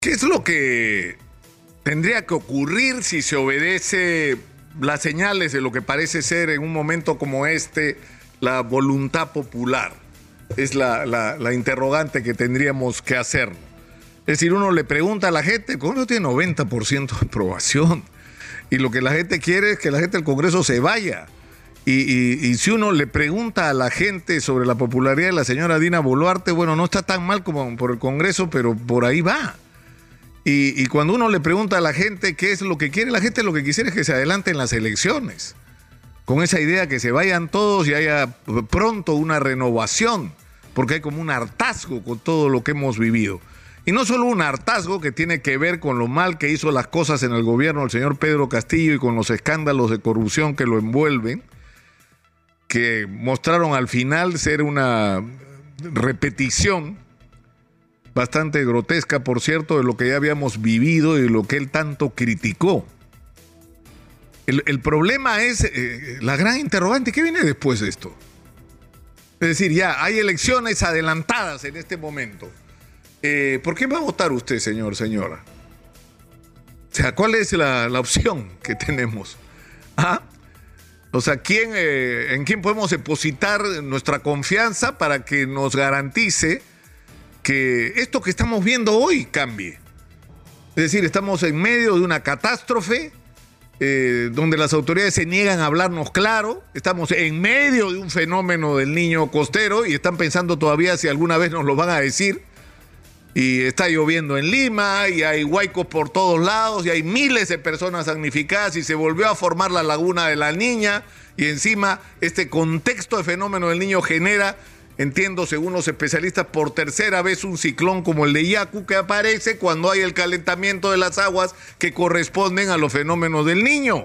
¿Qué es lo que tendría que ocurrir si se obedece las señales de lo que parece ser en un momento como este la voluntad popular? Es la interrogante que tendríamos que hacer. Es decir, uno le pregunta a la gente, el Congreso tiene 90% de aprobación y lo que la gente quiere es que la gente del Congreso se vaya. Y si uno le pregunta a la gente sobre la popularidad de la señora Dina Boluarte, bueno, no está tan mal como por el Congreso, pero por ahí va. Y cuando uno le pregunta a la gente qué es lo que quiere, la gente lo que quisiera es que se adelanten las elecciones, con esa idea que se vayan todos y haya pronto una renovación, porque hay como un hartazgo con todo lo que hemos vivido. Y no solo un hartazgo que tiene que ver con lo mal que hizo las cosas en el gobierno del señor Pedro Castillo y con los escándalos de corrupción que lo envuelven, que mostraron al final ser una repetición bastante grotesca, por cierto, de lo que ya habíamos vivido y de lo que él tanto criticó. El problema es la gran interrogante, ¿qué viene después de esto? Es decir, ya hay elecciones adelantadas en este momento. ¿Por qué va a votar usted, señor, señora? O sea, ¿cuál es la opción que tenemos? ¿Ah? O sea, ¿en quién podemos depositar nuestra confianza para que nos garantice que esto que estamos viendo hoy cambie? Es decir, estamos en medio de una catástrofe donde las autoridades se niegan a hablarnos claro. Estamos en medio de un fenómeno del niño costero y están pensando todavía si alguna vez nos lo van a decir. Y está lloviendo en Lima, y hay huaicos por todos lados, y hay miles de personas damnificadas, y se volvió a formar la laguna de la Niña, y encima este contexto de fenómeno del niño genera, entiendo según los especialistas, por tercera vez un ciclón como el de Yaku que aparece cuando hay el calentamiento de las aguas que corresponden a los fenómenos del niño.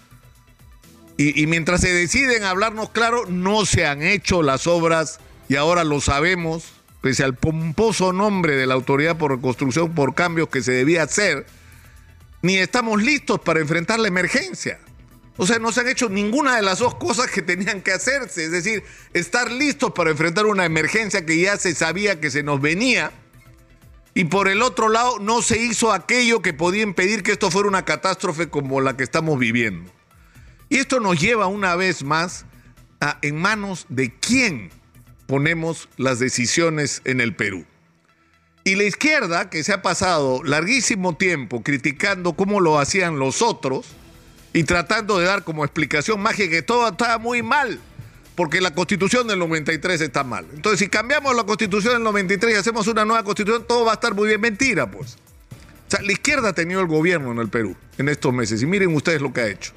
Y mientras se deciden hablarnos claro, no se han hecho las obras, y ahora lo sabemos, pese al pomposo nombre de la Autoridad por Reconstrucción por Cambios que se debía hacer, ni estamos listos para enfrentar la emergencia. O sea, no se han hecho ninguna de las dos cosas que tenían que hacerse, es decir, estar listos para enfrentar una emergencia que ya se sabía que se nos venía, y por el otro lado no se hizo aquello que podía impedir que esto fuera una catástrofe como la que estamos viviendo. Y esto nos lleva una vez más en manos de quién ponemos las decisiones en el Perú. Y la izquierda, que se ha pasado larguísimo tiempo criticando cómo lo hacían los otros y tratando de dar como explicación mágica que todo estaba muy mal, porque la Constitución del 93 está mal. Entonces, si cambiamos la Constitución del 93 y hacemos una nueva Constitución, todo va a estar muy bien. Mentira, pues. O sea, la izquierda ha tenido el gobierno en el Perú en estos meses, y miren ustedes lo que ha hecho.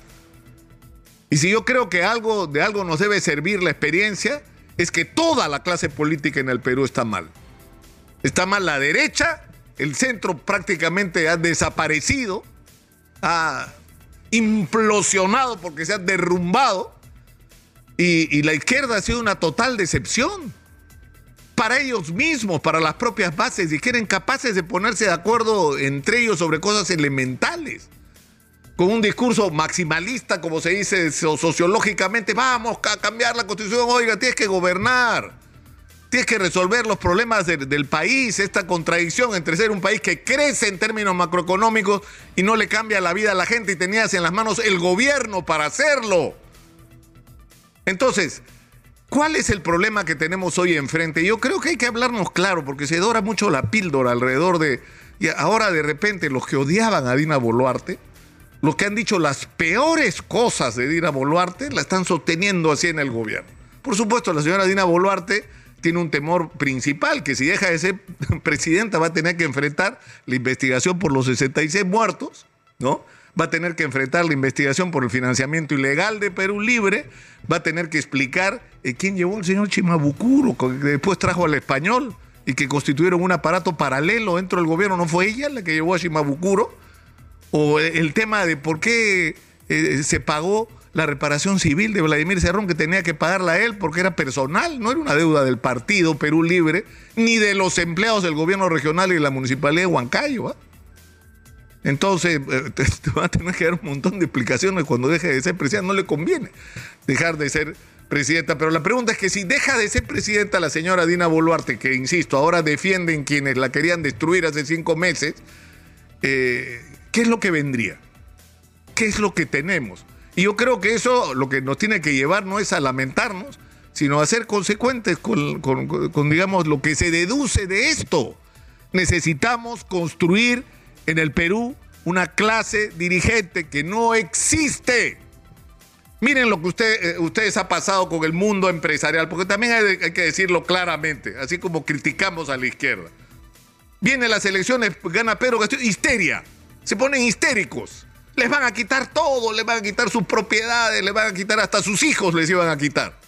Y si yo creo que de algo nos debe servir la experiencia, es que toda la clase política en el Perú está mal. Está mal la derecha, el centro prácticamente ha desaparecido, ha implosionado porque se ha derrumbado, y la izquierda ha sido una total decepción para ellos mismos, para las propias bases, y que eran capaces de ponerse de acuerdo entre ellos sobre cosas elementales, con un discurso maximalista, como se dice sociológicamente. Vamos a cambiar la Constitución. Oiga, tienes que gobernar, tienes que resolver los problemas del país, esta contradicción entre ser un país que crece en términos macroeconómicos y no le cambia la vida a la gente, y tenías en las manos el gobierno para hacerlo. Entonces, ¿cuál es el problema que tenemos hoy enfrente? Yo creo que hay que hablarnos claro, porque se dora mucho la píldora alrededor de... Y ahora de repente los que odiaban a Dina Boluarte, los que han dicho las peores cosas de Dina Boluarte, la están sosteniendo así en el gobierno. Por supuesto, la señora Dina Boluarte tiene un temor principal, que si deja de ser presidenta va a tener que enfrentar la investigación por los 66 muertos, ¿no? Va a tener que enfrentar la investigación por el financiamiento ilegal de Perú Libre, va a tener que explicar quién llevó al señor Chimabucuro, que después trajo al Español, y que constituyeron un aparato paralelo dentro del gobierno. ¿No fue ella la que llevó a Chimabucuro? O el tema de por qué se pagó la reparación civil de Vladimir Cerrón, que tenía que pagarla él porque era personal, no era una deuda del partido Perú Libre, ni de los empleados del gobierno regional y de la municipalidad de Huancayo, ¿eh? Entonces, te va a tener que dar un montón de explicaciones cuando deje de ser presidenta. No le conviene dejar de ser presidenta. Pero la pregunta es que si deja de ser presidenta la señora Dina Boluarte, que insisto, ahora defienden quienes la querían destruir hace 5 meses, ¿qué es lo que vendría? ¿Qué es lo que tenemos? Y yo creo que eso lo que nos tiene que llevar no es a lamentarnos, sino a ser consecuentes con digamos, lo que se deduce de esto. Necesitamos construir en el Perú una clase dirigente que no existe. Miren lo que ustedes ha pasado con el mundo empresarial, porque también hay que decirlo claramente, así como criticamos a la izquierda. Vienen las elecciones, gana Pedro Castillo, histeria, se ponen histéricos. Les van a quitar todo, les van a quitar sus propiedades, les van a quitar hasta sus hijos, les iban a quitar.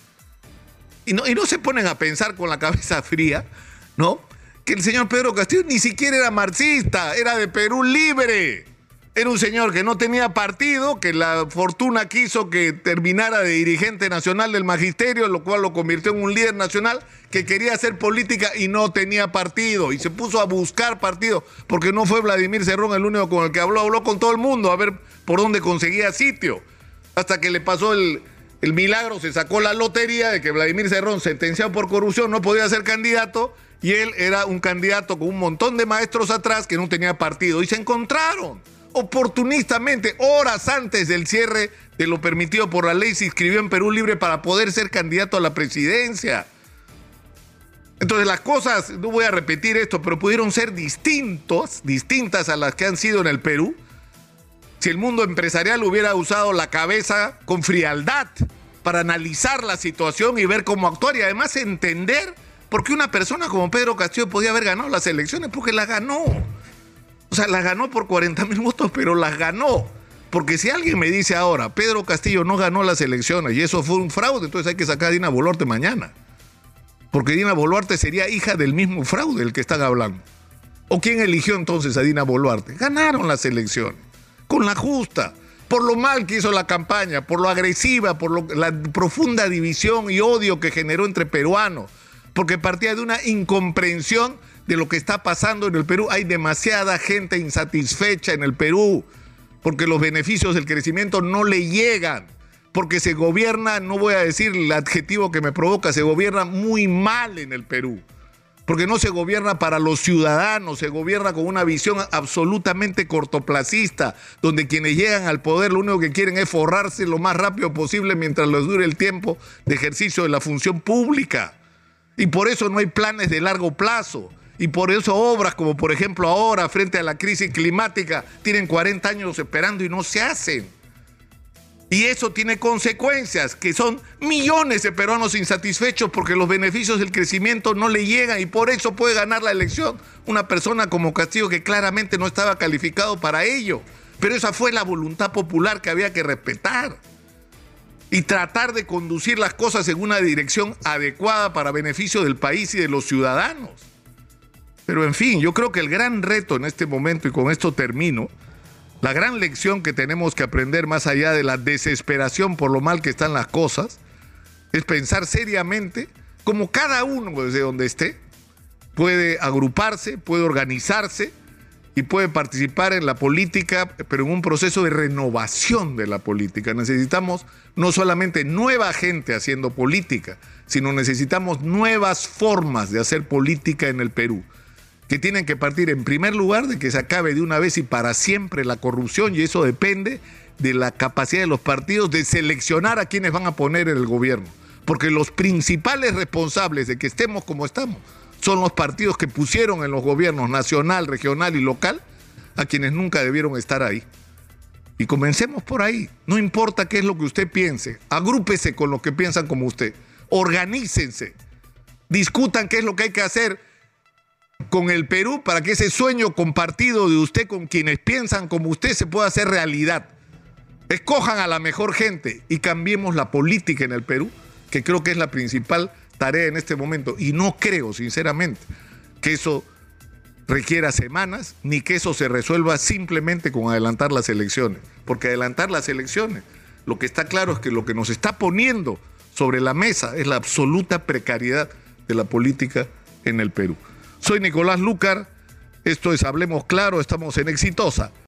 Y no se ponen a pensar con la cabeza fría, ¿no? Que el señor Pedro Castillo ni siquiera era marxista, era de Perú Libre. Era un señor que no tenía partido, que la fortuna quiso que terminara de dirigente nacional del magisterio, lo cual lo convirtió en un líder nacional que quería hacer política y no tenía partido. Y se puso a buscar partido, porque no fue Vladimir Cerrón el único con el que habló con todo el mundo a ver por dónde conseguía sitio. Hasta que le pasó el milagro, se sacó la lotería de que Vladimir Cerrón, sentenciado por corrupción, no podía ser candidato, y él era un candidato con un montón de maestros atrás que no tenía partido. Y se encontraron. Oportunistamente, horas antes del cierre de lo permitido por la ley, se inscribió en Perú Libre para poder ser candidato a la presidencia. Entonces las cosas, no voy a repetir esto, pero pudieron ser distintas a las que han sido en el Perú, si el mundo empresarial hubiera usado la cabeza con frialdad para analizar la situación y ver cómo actuar, y además entender por qué una persona como Pedro Castillo podía haber ganado las elecciones, porque las ganó. O sea, las ganó por 40,000 votos, pero las ganó. Porque si alguien me dice ahora, Pedro Castillo no ganó las elecciones y eso fue un fraude, entonces hay que sacar a Dina Boluarte mañana. Porque Dina Boluarte sería hija del mismo fraude del que están hablando. ¿O quién eligió entonces a Dina Boluarte? Ganaron las elecciones, con la justa, por lo mal que hizo la campaña, por lo agresiva, por la profunda división y odio que generó entre peruanos, porque partía de una incomprensión de lo que está pasando en el Perú. Hay demasiada gente insatisfecha en el Perú, porque los beneficios del crecimiento no le llegan, porque se gobierna, no voy a decir el adjetivo que me provoca, se gobierna muy mal en el Perú, porque no se gobierna para los ciudadanos, se gobierna con una visión absolutamente cortoplacista, donde quienes llegan al poder lo único que quieren es forrarse lo más rápido posible mientras les dure el tiempo de ejercicio de la función pública. Y por eso no hay planes de largo plazo. Y por eso obras como por ejemplo ahora frente a la crisis climática tienen 40 años esperando y no se hacen. Y eso tiene consecuencias, que son millones de peruanos insatisfechos porque los beneficios del crecimiento no le llegan, y por eso puede ganar la elección una persona como Castillo, que claramente no estaba calificado para ello. Pero esa fue la voluntad popular que había que respetar y tratar de conducir las cosas en una dirección adecuada para beneficio del país y de los ciudadanos. Pero en fin, yo creo que el gran reto en este momento, y con esto termino, la gran lección que tenemos que aprender más allá de la desesperación por lo mal que están las cosas, es pensar seriamente cómo cada uno desde donde esté puede agruparse, puede organizarse y puede participar en la política, pero en un proceso de renovación de la política. Necesitamos no solamente nueva gente haciendo política, sino necesitamos nuevas formas de hacer política en el Perú, que tienen que partir en primer lugar de que se acabe de una vez y para siempre la corrupción, y eso depende de la capacidad de los partidos de seleccionar a quienes van a poner en el gobierno, porque los principales responsables de que estemos como estamos son los partidos que pusieron en los gobiernos nacional, regional y local a quienes nunca debieron estar ahí. Y comencemos por ahí. No importa qué es lo que usted piense, agrúpese con los que piensan como usted, organícense, discutan qué es lo que hay que hacer con el Perú para que ese sueño compartido de usted con quienes piensan como usted se pueda hacer realidad. Escojan a la mejor gente y cambiemos la política en el Perú, que creo que es la principal tarea en este momento. Y no creo, sinceramente, que eso requiera semanas, ni que eso se resuelva simplemente con adelantar las elecciones. Porque adelantar las elecciones, lo que está claro es que lo que nos está poniendo sobre la mesa es la absoluta precariedad de la política en el Perú. Soy Nicolás Lucar, esto es Hablemos Claro, estamos en Exitosa.